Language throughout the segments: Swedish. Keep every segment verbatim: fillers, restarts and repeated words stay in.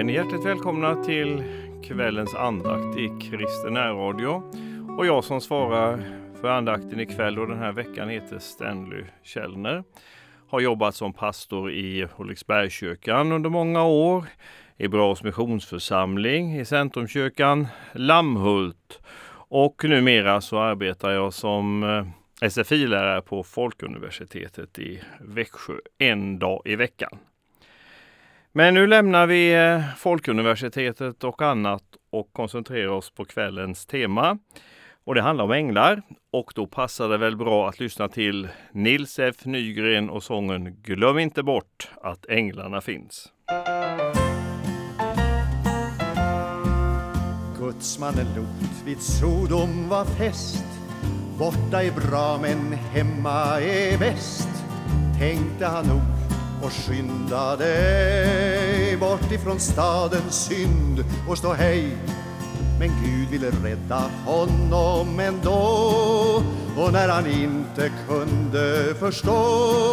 är ni hjärtligt välkomna till kvällens andakt i Kristen närradio. Och jag som svarar för andakten ikväll och den här veckan heter Stanley Källner. Har jobbat som pastor i Ulriksbergskyrkan under många år, i Brås missionsförsamling, i Centrumkyrkan Lammhult. Och numera så arbetar jag som S F I-lärare på Folkuniversitetet i Växjö en dag i veckan. Men nu lämnar vi Folkuniversitetet och annat och koncentrerar oss på kvällens tema. Och det handlar om änglar. Och då passar det väl bra att lyssna till Nils F. Nygren och sången Glöm inte bort att änglarna finns. Gudsmannen Lot vid Sodom var fäst. Borta är bra men hemma är bäst, tänkte han nog och skyndade bort ifrån stadens synd och stå hej. Men Gud ville rädda honom ändå, och när han inte kunde förstå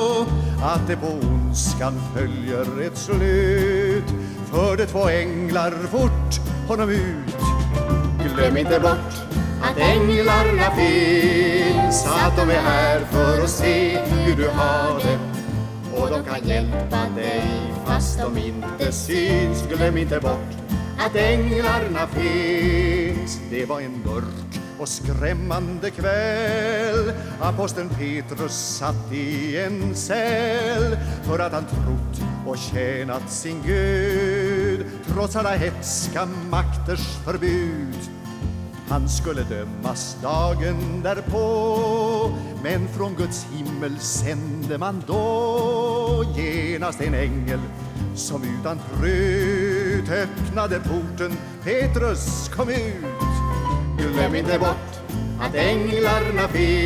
att det på ondskan följer ett slut, förde två änglar fort honom ut. Glöm inte bort att änglarna finns, att de är här för att se hur du har det, och de kan hjälpa dig fast de inte syns. Glöm inte bort att änglarna finns. Det var en mörk och skrämmande kväll. Aposteln Petrus satt i en cell för att han trott och tjänat sin Gud, trots alla hetska makters förbud. Han skulle dömas dagen därpå, men från Guds himmel sände man då genast en ängel som utan prut öppnade porten. Petrus, kom ut! Glöm inte bort att änglarna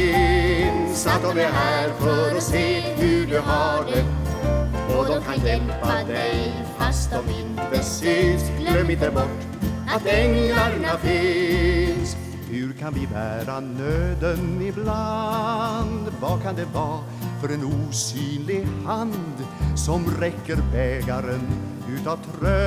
finns, att de är här för att se hur du har det, och de kan hjälpa dig fast de inte syns. Glöm inte bort att änglarna finns. Hur kan vi bära nöden ibland? Vad kan det vara för en osynlig hand som räcker bägaren utav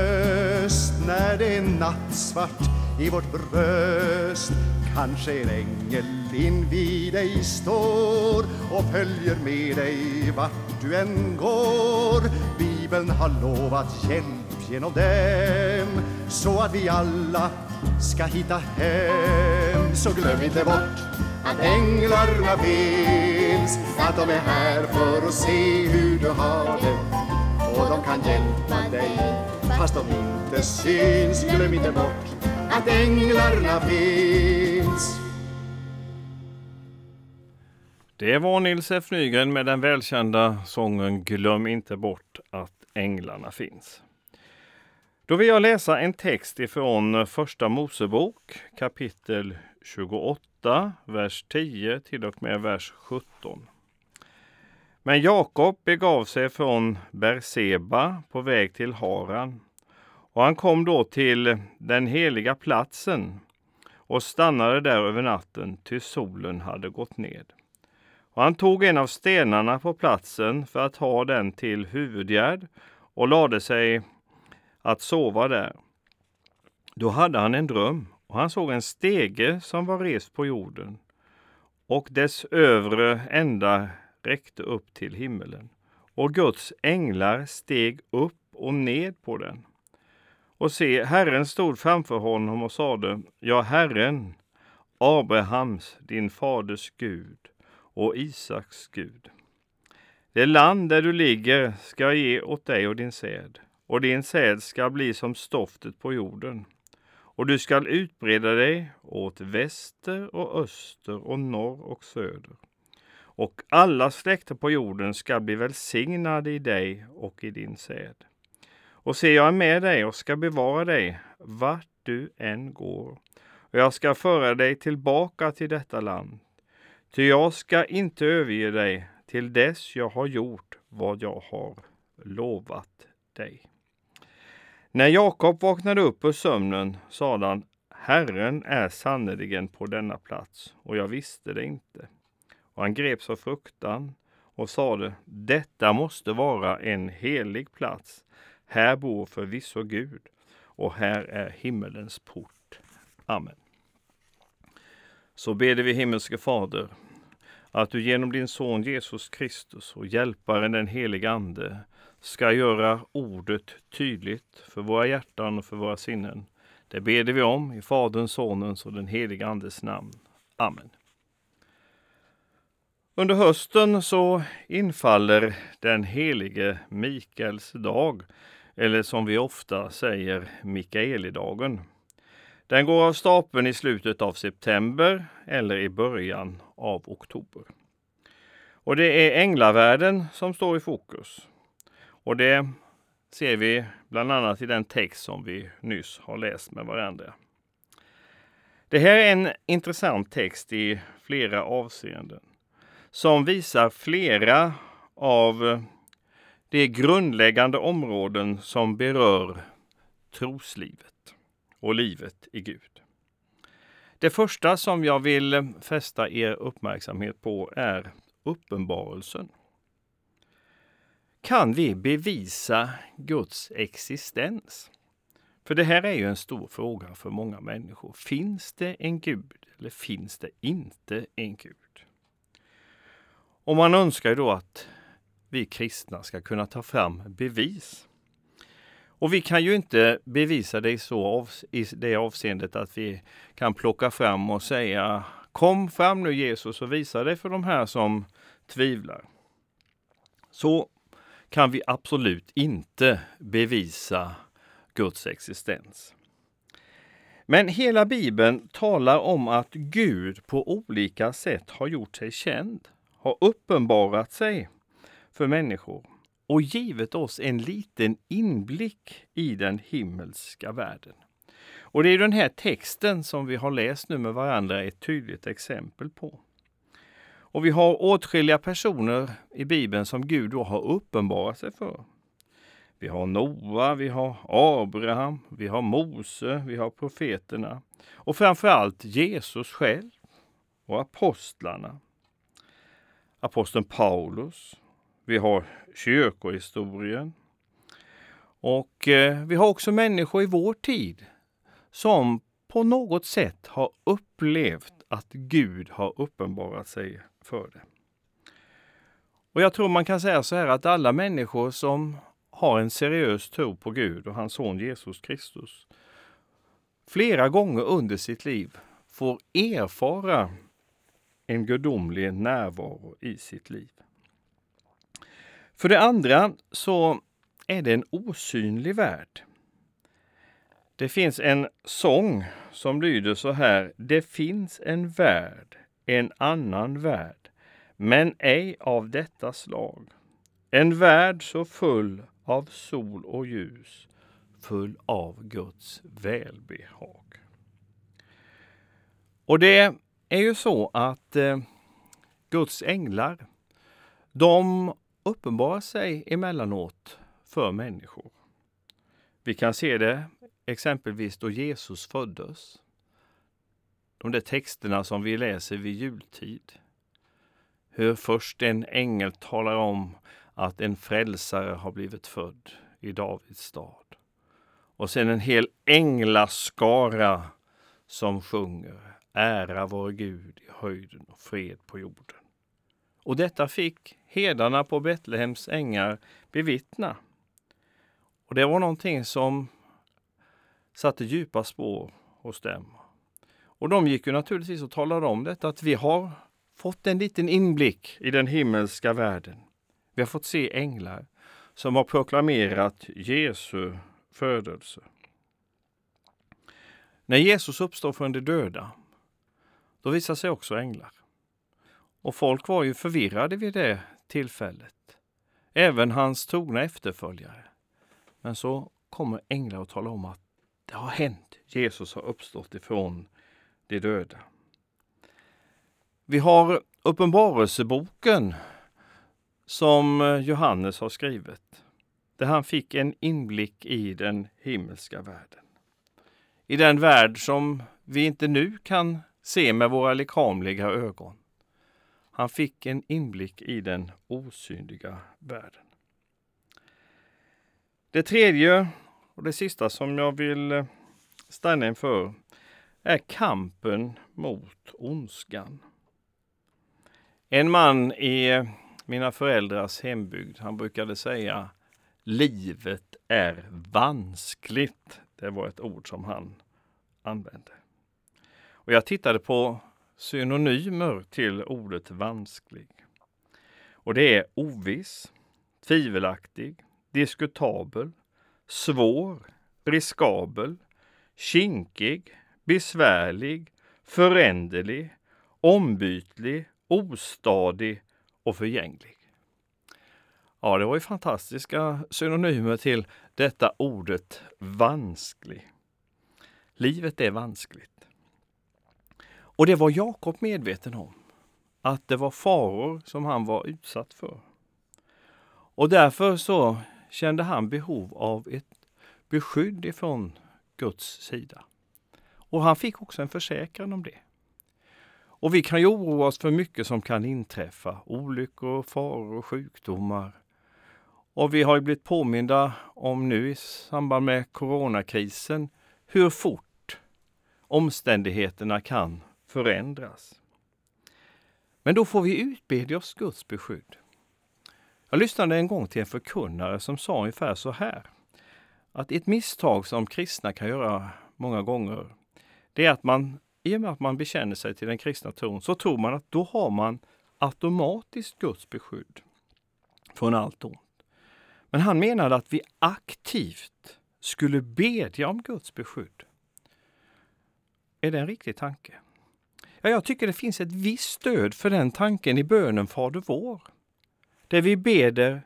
tröst när det är nattsvart i vårt bröst? Kanske en ängel invid dig står och följer med dig vart du än går. Bibeln har lovat hjälp genom dem, så att vi alla ska hitta hem. Så glöm inte bort att änglarna finns, att de är här för att se hur du har det, och de kan hjälpa dig fast de inte syns. Glöm inte bort att änglarna finns. Det var Nils F. Nygren med den välkända sången Glöm inte bort att änglarna finns. Då vill jag läsa en text ifrån Första Mosebok, kapitel tjugoåtta, vers tio till och med vers sjutton. Men Jakob begav sig från Berseba på väg till Haran, och han kom då till den heliga platsen och stannade där över natten till solen hade gått ned. Och han tog en av stenarna på platsen för att ha den till huvudgärd och lade sig att sova där. Då hade han en dröm, och han såg en stege som var rest på jorden, och dess övre ända räckte upp till himmelen, och Guds änglar steg upp och ned på den. Och se, Herren stod framför honom och sade: Ja, Herren, Abrahams, din faders Gud, och Isaks Gud. Det land där du ligger ska jag ge åt dig och din säd, och din säd ska bli som stoftet på jorden. Och du skall utbreda dig åt väster och öster och norr och söder. Och alla släkter på jorden ska bli välsignade i dig och i din säd. Och se, jag är med dig och ska bevara dig vart du än går. Och jag ska föra dig tillbaka till detta land. Ty jag ska inte överge dig till dess jag har gjort vad jag har lovat dig. När Jakob vaknade upp ur sömnen sade han: Herren är sannoliken på denna plats, och jag visste det inte. Och han greps av fruktan och sade: Detta måste vara en helig plats. Här bor förvisso Gud. och här är himmelens port. Amen. Så ber vi, himmelske Fader, att du genom din son Jesus Kristus och hjälparen den helige Ande ska göra ordet tydligt för våra hjärtan och för våra sinnen. Det ber vi om i Faderns, Sonens och den helige Andes namn. Amen. Under hösten så infaller den helige Mikaels dag, eller som vi ofta säger Mikaelidagen. Den går av stapeln i slutet av september eller i början av oktober. Och det är änglavärlden som står i fokus. Och det ser vi bland annat i den text som vi nyss har läst med varandra. Det här är en intressant text i flera avseenden som visar flera av de grundläggande områden som berör troslivet och livet i Gud. Det första som jag vill fästa er uppmärksamhet på är uppenbarelsen. Kan vi bevisa Guds existens? För det här är ju en stor fråga för många människor. Finns det en Gud eller finns det inte en Gud? Och man önskar ju då att vi kristna ska kunna ta fram bevis. Och vi kan ju inte bevisa det så av, i det avseendet att vi kan plocka fram och säga: kom fram nu Jesus och visa det för de här som tvivlar. Så kan vi absolut inte bevisa Guds existens. Men hela Bibeln talar om att Gud på olika sätt har gjort sig känd, har uppenbarat sig för människor och givit oss en liten inblick i den himmelska världen. Och det är den här texten som vi har läst nu med varandra ett tydligt exempel på. Och vi har åtskilliga personer i Bibeln som Gud då har uppenbarat sig för. Vi har Noa, vi har Abraham, vi har Mose, vi har profeterna och framförallt Jesus själv och apostlarna. Aposteln Paulus, vi har kyrkohistorien och eh, vi har också människor i vår tid som på något sätt har upplevt att Gud har uppenbarat sig för det. Och jag tror man kan säga så här att alla människor som har en seriös tro på Gud och hans son Jesus Kristus flera gånger under sitt liv får erfara en gudomlig närvaro i sitt liv. För det andra så är det en osynlig värld. Det finns en sång som lyder så här: det finns en värld, en annan värld, men ej av detta slag. En värld så full av sol och ljus, full av Guds välbehag. Och det är ju så att eh, Guds änglar, de uppenbarar sig emellanåt för människor. Vi kan se det exempelvis då Jesus föddes. De där texterna som vi läser vid jultid. Hur först en ängel talar om att en frälsare har blivit född i Davids stad. Och sen en hel änglaskara som sjunger: ära vår Gud i höjden och fred på jorden. Och detta fick herdarna på Betlehems ängar bevittna. Och det var någonting som satte djupa spår hos dem. Och de gick ju naturligtvis och talade om detta, att vi har fått en liten inblick i den himmelska världen. Vi har fått se änglar som har proklamerat Jesu födelse. När Jesus uppstår från de döda, då visar sig också änglar. Och folk var ju förvirrade vid det tillfället. Även hans trogna efterföljare. Men så kommer änglar och talar om att det har hänt. Jesus har uppstått ifrån de döda. Vi har Uppenbarelseboken som Johannes har skrivit. Där han fick en inblick i den himmelska världen. I den värld som vi inte nu kan se med våra lekamliga ögon. Han fick en inblick i den osynliga världen. Det tredje Och det sista som jag vill stanna inför är kampen mot ondskan. En man i mina föräldrars hembygd, han brukade säga: livet är vanskligt. Det var ett ord som han använde. Och jag tittade på synonymer till ordet vansklig. Och det är oviss, tvivelaktig, diskutabel, svår, riskabel, kinkig, besvärlig, föränderlig, ombytlig, ostadig och förgänglig. Ja, det var ju fantastiska synonymer till detta ordet vansklig. Livet är vanskligt. Och det var Jakob medveten om, att det var faror som han var utsatt för. Och därför så kände han behov av ett beskydd ifrån Guds sida. Och han fick också en försäkran om det. Och vi kan ju oroa oss för mycket som kan inträffa. Olyckor, faror och sjukdomar. Och vi har ju blivit påminda om nu i samband med coronakrisen hur fort omständigheterna kan förändras. Men då får vi utbedja oss Guds beskydd. Jag lyssnade en gång till en förkunnare som sa ungefär så här. Att ett misstag som kristna kan göra många gånger, det är att man, i och med att man bekänner sig till den kristna tron, så tror man att då har man automatiskt Guds beskydd från allt ont. Men han menade att vi aktivt skulle bedja om Guds beskydd. Är det en riktig tanke? Ja, jag tycker det finns ett visst stöd för den tanken i bönen Fader vår. Där vi beder: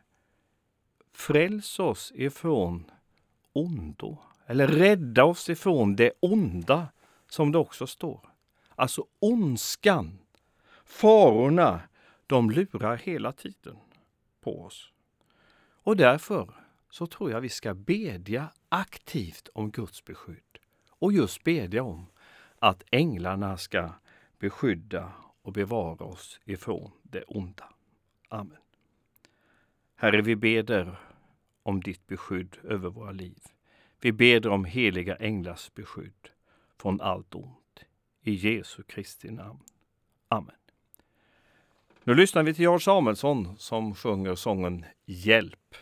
fräls oss ifrån ondo. Eller rädda oss ifrån det onda, som det också står. Alltså ondskan, farorna, de lurar hela tiden på oss. Och därför så tror jag vi ska bedja aktivt om Guds beskydd. Och just bedja om att änglarna ska beskydda och bevara oss ifrån det onda. Amen. Herre, vi beder om ditt beskydd över våra liv. Vi beder om heliga änglars beskydd från allt ont. I Jesu Kristi namn. Amen. Nu lyssnar vi till Jarl Samuelsson som sjunger sången Hjälp.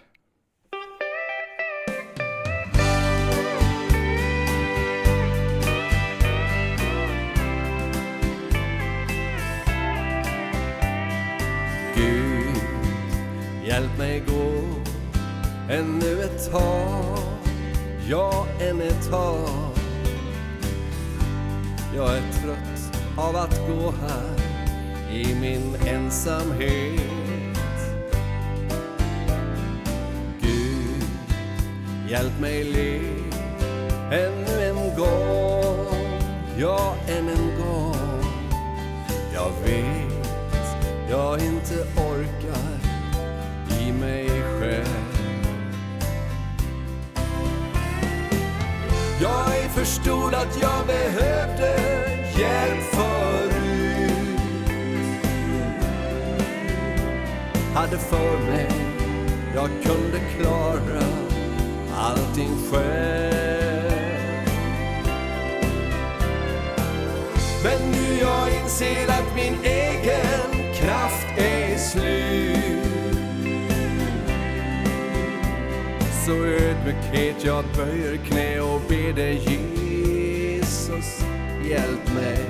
Gud, hjälp mig gå ännu ett tag, ja, än ett tag. Jag är trött av att gå här i min ensamhet. Gud, hjälp mig le ännu en gång, ja, än en gång. Jag vet jag inte orkar i mig själv. Jag förstod att jag behövde hjälp förut. Hade för mig jag kunde klara allting själv. Men nu jag inser att min egen kraft är slut, så ödmjukhet jag böjer knä och ber dig, Jesus, hjälp mig.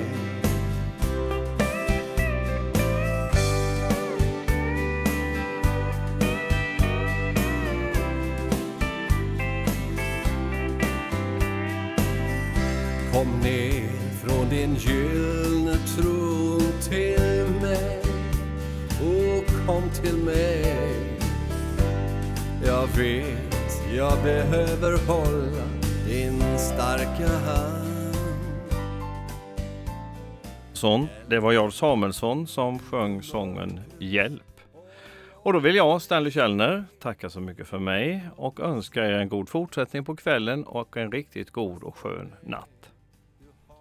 Kom ner från din gyllene tron till mig och kom till mig. Jag vet jag behöver hålla din starka hand. Sån, det var Jarl Samuelsson som sjöng sången Hjälp. Och då vill jag, Stanley Källner, tacka så mycket för mig och önska er en god fortsättning på kvällen och en riktigt god och skön natt.